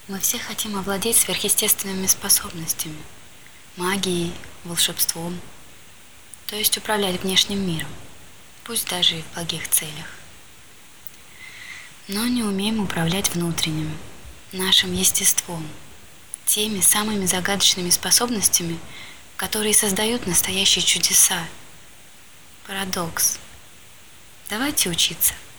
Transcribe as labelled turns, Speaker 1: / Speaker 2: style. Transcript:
Speaker 1: Мы все хотим овладеть сверхъестественными способностями, магией, волшебством, то есть управлять внешним миром, пусть даже и в благих целях. Но не умеем управлять внутренним, нашим естеством, теми самыми загадочными способностями, которые создают настоящие чудеса. Парадокс. Давайте учиться.